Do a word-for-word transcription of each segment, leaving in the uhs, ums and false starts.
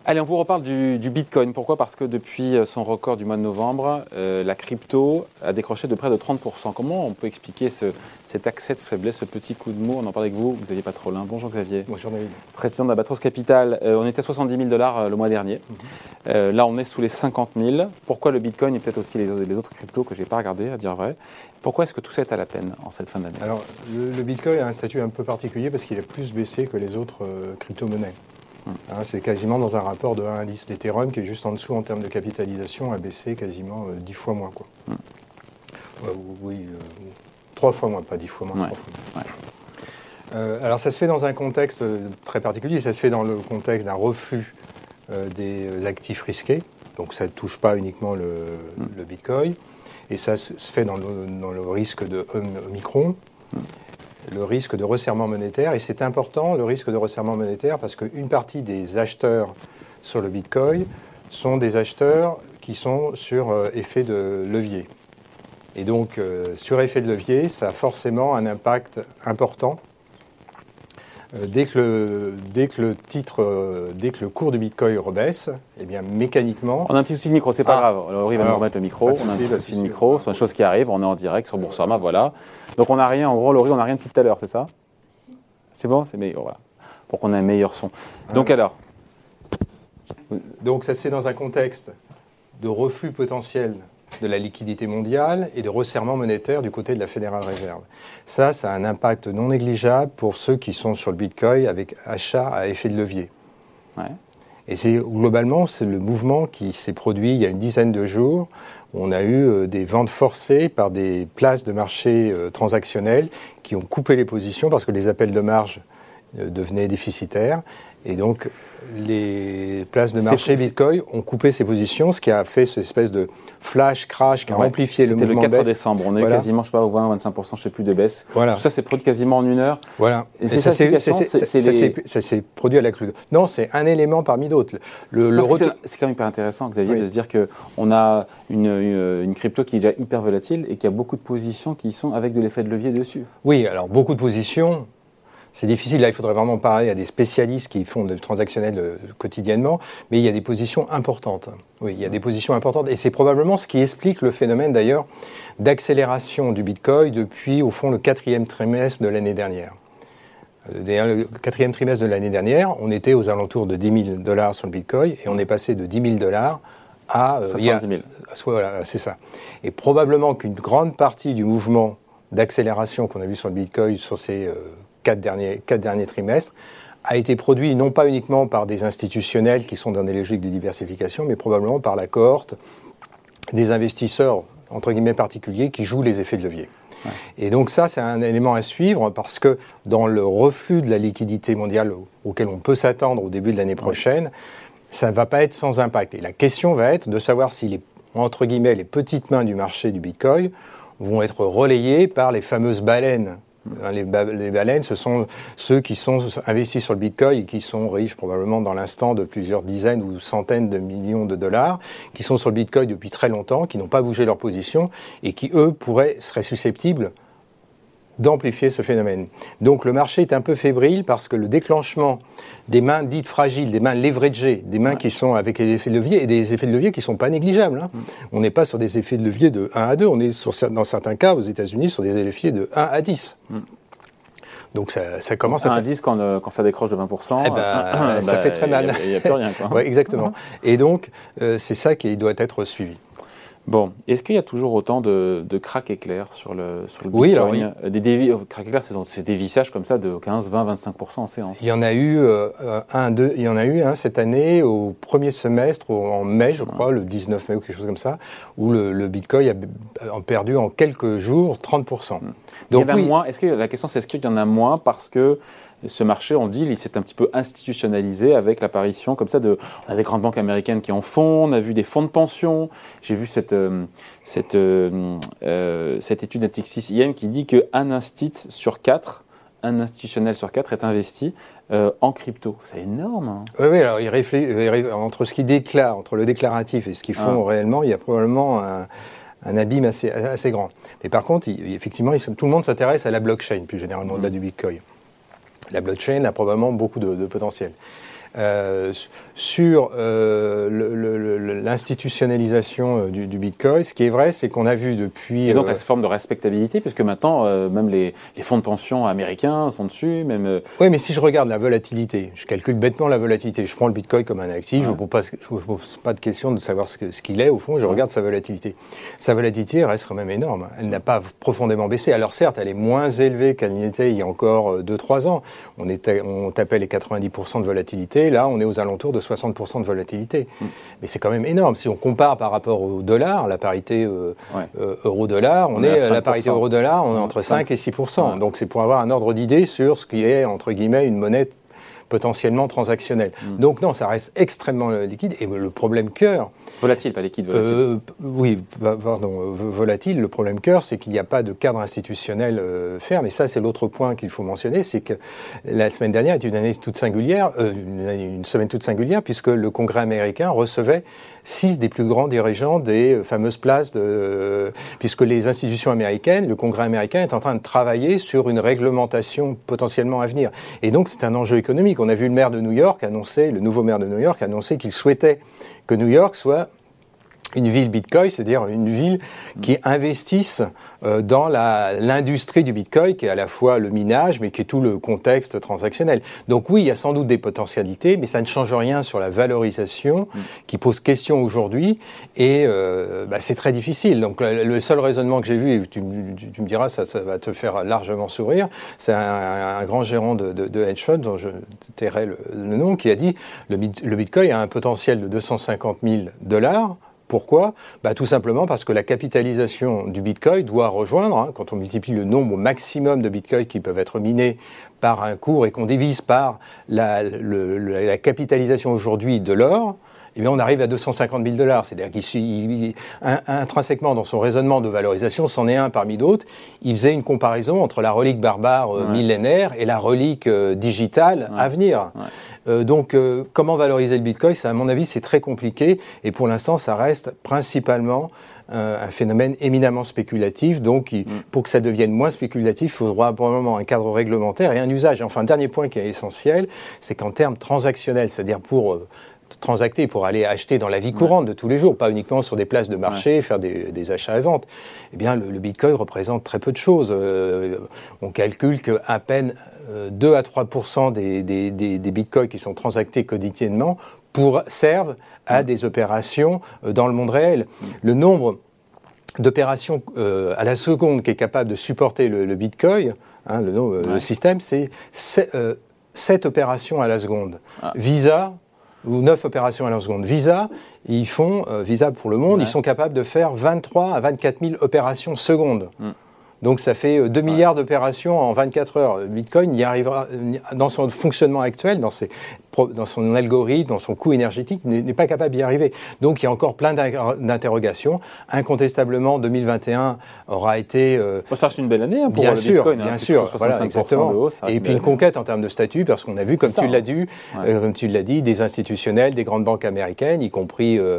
Allez, on vous reparle du, du Bitcoin. Pourquoi ? Parce que depuis son record du mois de novembre, euh, la crypto a décroché de près de trente pour cent. Comment on peut expliquer ce, cet accès de faiblesse, ce petit coup de mot ? On en parle avec vous, Xavier Patrolin. Bonjour Xavier. Bonjour David. Président d'Albatros Capital. Euh, on était à soixante-dix mille dollars euh, le mois dernier. Mm-hmm. Euh, là, on est sous les cinquante mille. Pourquoi le Bitcoin et peut-être aussi les, les autres cryptos que je n'ai pas regardé, à dire vrai ? Pourquoi est-ce que tout ça est à la peine en cette fin d'année ? Alors, le, le Bitcoin a un statut un peu particulier parce qu'il a plus baissé que les autres euh, crypto-monnaies. Hein, c'est quasiment dans un rapport de un à dix. L'Ethereum, qui est juste en dessous en termes de capitalisation, a baissé quasiment euh, dix fois moins. Quoi. Mm. Euh, oui, euh, trois fois moins, pas dix fois moins. Ouais. trois fois moins. Ouais. Euh, alors ça se fait dans un contexte très particulier, ça se fait dans le contexte d'un reflux euh, des actifs risqués. Donc ça ne touche pas uniquement le, mm. le Bitcoin. Et ça se fait dans le, dans le risque de Omicron. Mm. Le risque de resserrement monétaire, et c'est important le risque de resserrement monétaire parce qu'une partie des acheteurs sur le Bitcoin sont des acheteurs qui sont sur euh, effet de levier. Et donc euh, sur effet de levier, ça a forcément un impact important. Euh, dès, que le, dès que le titre, euh, dès que le cours du Bitcoin rebaisse, eh bien mécaniquement... On a un petit souci de micro, c'est pas ah, grave. Alors, il va nous remettre le micro. Souci, on a un petit souci de micro, c'est une chose qui arrive. On est en direct sur Boursorama, voilà. Donc on n'a rien, en gros, Laurie, on n'a rien depuis tout à l'heure, c'est ça ? C'est bon, c'est meilleur, voilà. Pour qu'on ait un meilleur son. Donc ah, alors Donc ça se fait dans un contexte de reflux potentiel de la liquidité mondiale et de resserrement monétaire du côté de la Fédérale Réserve. Ça, ça a un impact non négligeable pour ceux qui sont sur le Bitcoin avec achat à effet de levier. Ouais. Et c'est, globalement, c'est le mouvement qui s'est produit il y a une dizaine de jours. On a eu euh, des ventes forcées par des places de marché euh, transactionnelles qui ont coupé les positions parce que les appels de marge euh, devenaient déficitaires. Et donc, les places de marché c'est, Bitcoin ont coupé ces positions, ce qui a fait cette espèce de flash crash qui a ouais, amplifié le mouvement de baisse. C'était le quatre décembre, on est voilà. quasiment, je sais pas, au vingt à vingt-cinq pour cent, je ne sais plus, de baisse. Voilà. Tout ça s'est produit quasiment en une heure. Voilà. Et c'est, et ça, c'est, c'est, c'est, c'est, c'est ça, les... s'est, ça s'est produit à la clé. Non, c'est un élément parmi d'autres. Le, le retour... c'est, c'est quand même hyper intéressant, Xavier, oui. de se dire qu'on a une, une, une crypto qui est déjà hyper volatile et qui a beaucoup de positions qui sont avec de l'effet de levier dessus. Oui, alors beaucoup de positions... C'est difficile, là il faudrait vraiment parler à des spécialistes qui font du transactionnel euh, quotidiennement, mais il y a des positions importantes. Oui, il y a des positions importantes, et c'est probablement ce qui explique le phénomène d'ailleurs d'accélération du Bitcoin depuis au fond le quatrième trimestre de l'année dernière. Le quatrième trimestre de l'année dernière, on était aux alentours de dix mille dollars sur le Bitcoin, et on est passé de dix mille dollars à... Euh, soixante-dix mille. Voilà, c'est ça. Et probablement qu'une grande partie du mouvement d'accélération qu'on a vu sur le Bitcoin sur ces... Euh, Quatre derniers, quatre derniers trimestres, a été produit non pas uniquement par des institutionnels qui sont dans des logiques de diversification, mais probablement par la cohorte des investisseurs, entre guillemets particuliers, qui jouent les effets de levier. Ouais. Et donc ça, c'est un élément à suivre, parce que dans le reflux de la liquidité mondiale auquel on peut s'attendre au début de l'année prochaine, ouais. ça ne va pas être sans impact. Et la question va être de savoir si les, entre guillemets, les petites mains du marché du Bitcoin vont être relayées par les fameuses baleines. Les, ba- les baleines, ce sont ceux qui sont investis sur le Bitcoin et qui sont riches probablement dans l'instant de plusieurs dizaines ou centaines de millions de dollars, qui sont sur le Bitcoin depuis très longtemps, qui n'ont pas bougé leur position et qui, eux, pourraient, seraient susceptibles d'amplifier ce phénomène. Donc le marché est un peu fébrile parce que le déclenchement des mains dites fragiles, des mains leveragées, des mains ouais. qui sont avec des effets de levier et des effets de levier qui ne sont pas négligeables. Hein. Mm. On n'est pas sur des effets de levier de un à deux, on est sur, dans certains cas aux États-Unis sur des effets de un à dix. Mm. Donc ça, ça commence Donc, à un à dix quand, euh, quand ça décroche de vingt pour cent, eh ben, euh, ça bah, fait très mal. Il n'y a, a plus rien. Quoi. Ouais, exactement. Et donc euh, c'est ça qui doit être suivi. Bon, est-ce qu'il y a toujours autant de, de cracks éclairs sur le, sur le Bitcoin ? Oui, alors oui. Des dévi- cracks éclairs, c'est, c'est des vissages comme ça de quinze, vingt, vingt-cinq pour cent en séance. Il y en a eu euh, un, deux, il y en a eu hein, cette année au premier semestre, en mai, je crois, ouais. le dix-neuf mai ou quelque chose comme ça, où le, le Bitcoin a, a perdu en quelques jours trente pour cent. Donc, il y en a oui. moins. Est-ce que la question c'est est-ce qu'il y en a moins parce que ce marché, on dit, il s'est un petit peu institutionnalisé avec l'apparition comme ça de... On a des grandes banques américaines qui en font, on a vu des fonds de pension. J'ai vu cette, euh, cette, euh, euh, cette étude Natixis I M qui dit qu'un instit sur quatre, un institutionnel sur quatre est investi euh, en crypto. C'est énorme. Hein. Oui, oui, alors il réfléchit, entre ce qu'ils déclarent, entre le déclaratif et ce qu'ils font ah. réellement, il y a probablement un... un abîme assez, assez grand. Mais par contre, il, effectivement, il, tout le monde s'intéresse à la blockchain, plus généralement, au-delà mmh. du Bitcoin. La blockchain a probablement beaucoup de, de potentiel. Euh, sur euh, le, le, l'institutionnalisation du, du Bitcoin, ce qui est vrai, c'est qu'on a vu depuis... Et donc, euh, cette forme de respectabilité, puisque maintenant, euh, même les, les fonds de pension américains sont dessus, même... Euh... Oui, mais si je regarde la volatilité, je calcule bêtement la volatilité, je prends le Bitcoin comme un actif, ouais. je ne me pose, pose pas de question de savoir ce, que, ce qu'il est, au fond, je ouais. regarde sa volatilité. Sa volatilité reste quand même énorme, elle n'a pas profondément baissé. Alors certes, elle est moins élevée qu'elle n'était il y a encore deux trois ans. On, était, on tapait les quatre-vingt-dix pour cent de volatilité, là on est aux alentours de soixante pour cent de volatilité. Mm. Mais c'est quand même énorme. Si on compare par rapport au dollar, la parité euh, ouais. euh, euro-dollar, on, on est, est à la parité euro-dollar, on est entre cinq et six pour cent. Ouais. Donc c'est pour avoir un ordre d'idée sur ce qui est, entre guillemets, une monnaie potentiellement transactionnelle. Mm. Donc non, ça reste extrêmement liquide. Et le problème cœur... Volatile, pas liquide, volatile. Euh, oui, pardon, volatile. Le problème cœur, c'est qu'il n'y a pas de cadre institutionnel euh, ferme. Et ça, c'est l'autre point qu'il faut mentionner, c'est que la semaine dernière est une année toute singulière, euh, une, année, une semaine toute singulière, puisque le Congrès américain recevait six des plus grands dirigeants des fameuses places, de, euh, puisque les institutions américaines, le Congrès américain est en train de travailler sur une réglementation potentiellement à venir. Et donc, c'est un enjeu économique. On a vu le maire de New York annoncer, le nouveau maire de New York annoncer qu'il souhaitait que New York soit une ville Bitcoin, c'est-à-dire une ville qui investisse euh, dans la, l'industrie du Bitcoin, qui est à la fois le minage, mais qui est tout le contexte transactionnel. Donc oui, il y a sans doute des potentialités, mais ça ne change rien sur la valorisation mmh. qui pose question aujourd'hui, et euh, bah, c'est très difficile. Donc le, le seul raisonnement que j'ai vu, et tu, tu, tu me diras, ça, ça va te faire largement sourire, c'est un, un grand gérant de, de, de hedge fund, dont je tairai le, le nom, qui a dit le, le Bitcoin a un potentiel de deux cent cinquante mille dollars. Pourquoi ? Bah, tout simplement parce que la capitalisation du Bitcoin doit rejoindre, hein, quand on multiplie le nombre maximum de Bitcoin qui peuvent être minés par un cours et qu'on divise par la, le, la capitalisation aujourd'hui de l'or, eh bien on arrive à deux cent cinquante mille dollars. C'est-à-dire qu'intrinsèquement, dans son raisonnement de valorisation, c'en est un parmi d'autres, il faisait une comparaison entre la relique barbare euh, ouais. millénaire et la relique euh, digitale ouais. à venir. Ouais. Euh, donc, euh, comment valoriser le Bitcoin ? Ça, à mon avis, c'est très compliqué. Et pour l'instant, ça reste principalement euh, un phénomène éminemment spéculatif. Donc, il, mm. pour que ça devienne moins spéculatif, il faudra probablement un cadre réglementaire et un usage. Et enfin, un dernier point qui est essentiel, c'est qu'en termes transactionnels, c'est-à-dire pour... Euh, transacter, pour aller acheter dans la vie courante ouais. de tous les jours, pas uniquement sur des places de marché, ouais. faire des, des achats et ventes. Eh bien, le, le Bitcoin représente très peu de choses. Euh, on calcule qu'à peine euh, deux à trois pour cent des, des, des, des Bitcoins qui sont transactés quotidiennement pour, servent à des opérations euh, dans le monde réel. Le nombre d'opérations euh, à la seconde qui est capable de supporter le, le Bitcoin, hein, le, ouais. le système, c'est sept euh, opérations à la seconde. Ah. Visa... ou neuf opérations à la seconde. Visa, ils font, euh, Visa pour le monde, ouais. ils sont capables de faire vingt-trois à vingt-quatre mille opérations secondes. Mm. Donc ça fait euh, deux ouais. milliards d'opérations en vingt-quatre heures. Bitcoin y arrivera, dans son fonctionnement actuel, dans, ses, dans son algorithme, dans son coût énergétique, n'est, n'est pas capable d'y arriver. Donc il y a encore plein d'interrogations. Incontestablement, deux mille vingt et un aura été... Euh, ça reste une belle année hein, pour bien le sûr, Bitcoin. Bien hein, sûr, voilà, exactement. Hausse, et puis une conquête en termes de statut, parce qu'on a vu, comme tu, l'as dit, ouais. euh, comme tu l'as dit, des institutionnels, des grandes banques américaines, y compris euh,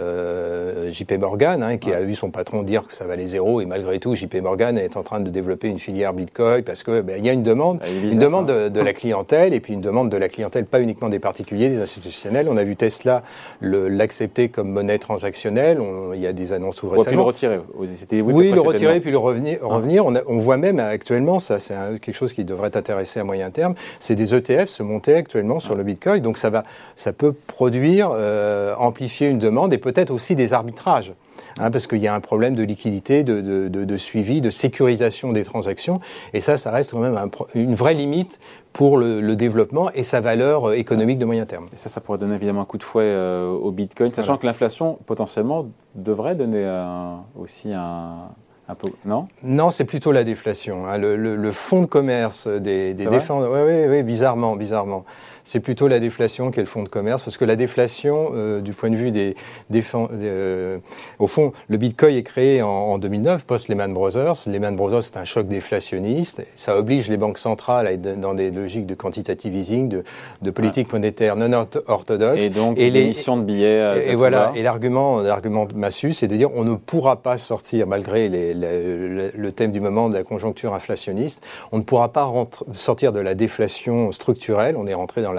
euh, J P Morgan, hein, qui ouais. a vu son patron dire que ça valait zéro, et malgré tout, J P Morgan est en train de développer une filière Bitcoin, parce que ben, y a une demande, bah, business, une demande hein. de, de la clientèle, et puis une demande de la clientèle, pas uniquement des particuliers, des institutionnels. On a vu Tesla le, l'accepter comme monnaie transactionnelle. On, il y a des annonces tout récemment. Puis le retirer. C'était, oui, oui le retirer, puis le revenir. Ah. revenir. On, a, on voit même actuellement, ça c'est un, quelque chose qui devrait t'intéresser à moyen terme, c'est des E T F se monter actuellement ah. sur le Bitcoin. Donc ça, va, ça peut produire, euh, amplifier une demande et peut-être aussi des arbitrages. Hein, parce qu'il y a un problème de liquidité, de, de, de, de suivi, de sécurisation des transactions. Et ça, ça reste quand même un, une vraie limite pour le, le développement et sa valeur économique de moyen terme. Et ça, ça pourrait donner évidemment un coup de fouet euh, au Bitcoin, sachant voilà. que l'inflation, potentiellement, devrait donner un, aussi un... Un peu, non Non, c'est plutôt la déflation. Hein. Le, le, le fonds de commerce des, des défenseurs... Oui, oui, oui, bizarrement, bizarrement. C'est plutôt la déflation qui est le fonds de commerce, parce que la déflation, euh, du point de vue des... des euh, au fond, le Bitcoin est créé en, en deux mille neuf, post-Lehman Brothers. Lehman Brothers, c'est un choc déflationniste. Ça oblige les banques centrales à être dans des logiques de quantitative easing, de, de politique ouais. monétaire non orthodoxe. Et donc, et l'émission de billets... Et, et voilà, et l'argument, l'argument massu, c'est de dire on ne pourra pas sortir, malgré les Le, le, le thème du moment de la conjoncture inflationniste, on ne pourra pas rentre, sortir de la déflation structurelle, on est rentré dans la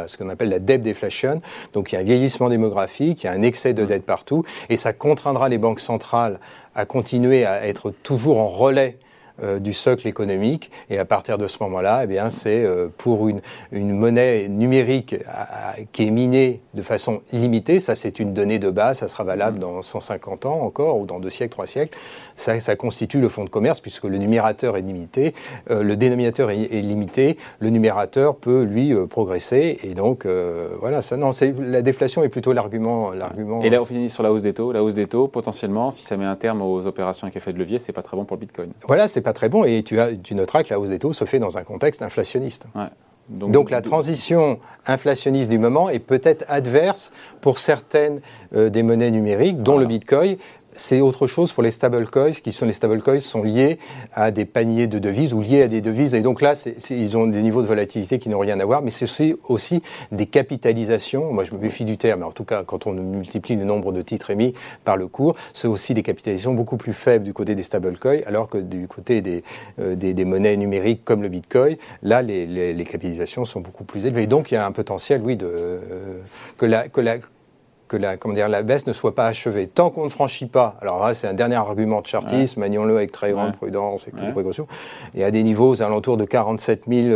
voilà, ce qu'on appelle la debt deflation. Donc il y a un vieillissement démographique, il y a un excès de dette partout, et ça contraindra les banques centrales à continuer à être toujours en relais Euh, du socle économique, et à partir de ce moment-là, eh bien, c'est euh, pour une, une monnaie numérique à, à, qui est minée de façon limitée, ça c'est une donnée de base, ça sera valable dans cent cinquante ans encore, ou dans deux siècles, trois siècles, ça, ça constitue le fonds de commerce, puisque le numérateur est limité, euh, le dénominateur est, est limité, le numérateur peut, lui, euh, progresser, et donc, euh, voilà, ça, non, c'est, la déflation est plutôt l'argument, l'argument... Et là, on finit sur la hausse des taux. La hausse des taux, potentiellement, si ça met un terme aux opérations avec effet de levier, c'est pas très bon pour le Bitcoin. Voilà, c'est pas très bon, et tu, as, tu noteras que la hausse des taux se fait dans un contexte inflationniste. Ouais. Donc, Donc la transition inflationniste du moment est peut-être adverse pour certaines euh, des monnaies numériques, dont voilà. le Bitcoin. C'est autre chose pour les stablecoins, qui sont les stablecoins sont liés à des paniers de devises ou liés à des devises, et donc là, c'est, c'est, ils ont des niveaux de volatilité qui n'ont rien à voir, mais c'est aussi, aussi des capitalisations. Moi, je me méfie du terme, mais en tout cas, quand on multiplie le nombre de titres émis par le cours, c'est aussi des capitalisations beaucoup plus faibles du côté des stablecoins, alors que du côté des, euh, des, des monnaies numériques comme le Bitcoin, là, les, les, les capitalisations sont beaucoup plus élevées. Donc, il y a un potentiel, oui, de, euh, que la... Que la que la, comment dire, la baisse ne soit pas achevée. Tant qu'on ne franchit pas, alors là c'est un dernier argument de chartisme, ouais. manions-le avec très grande ouais. prudence et ouais. précaution, et à des niveaux aux alentours de quarante-sept mille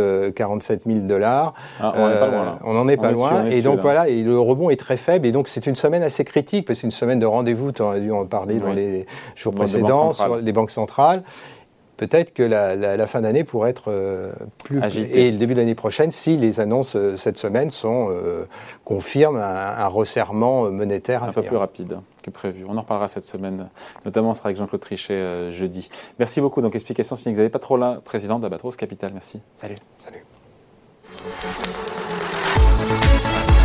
dollars, ah, on n'en est pas loin là. On n'en est pas on loin, est dessus, et donc là. Voilà, et le rebond est très faible, et donc c'est une semaine assez critique, parce que c'est une semaine de rendez-vous, tu as dû en parler oui. dans les jours de précédents, sur les banques centrales. Peut-être que la, la, la fin d'année pourrait être euh, plus agitée. Et le début de l'année prochaine, si les annonces euh, cette semaine sont euh, confirment un, un resserrement monétaire à un venir. peu plus rapide que prévu. On en reparlera cette semaine, notamment on sera avec Jean-Claude Trichet euh, jeudi. Merci beaucoup. Donc explication signé Xavier Patrola, président d'Albatros Capital. Merci. Salut. Salut.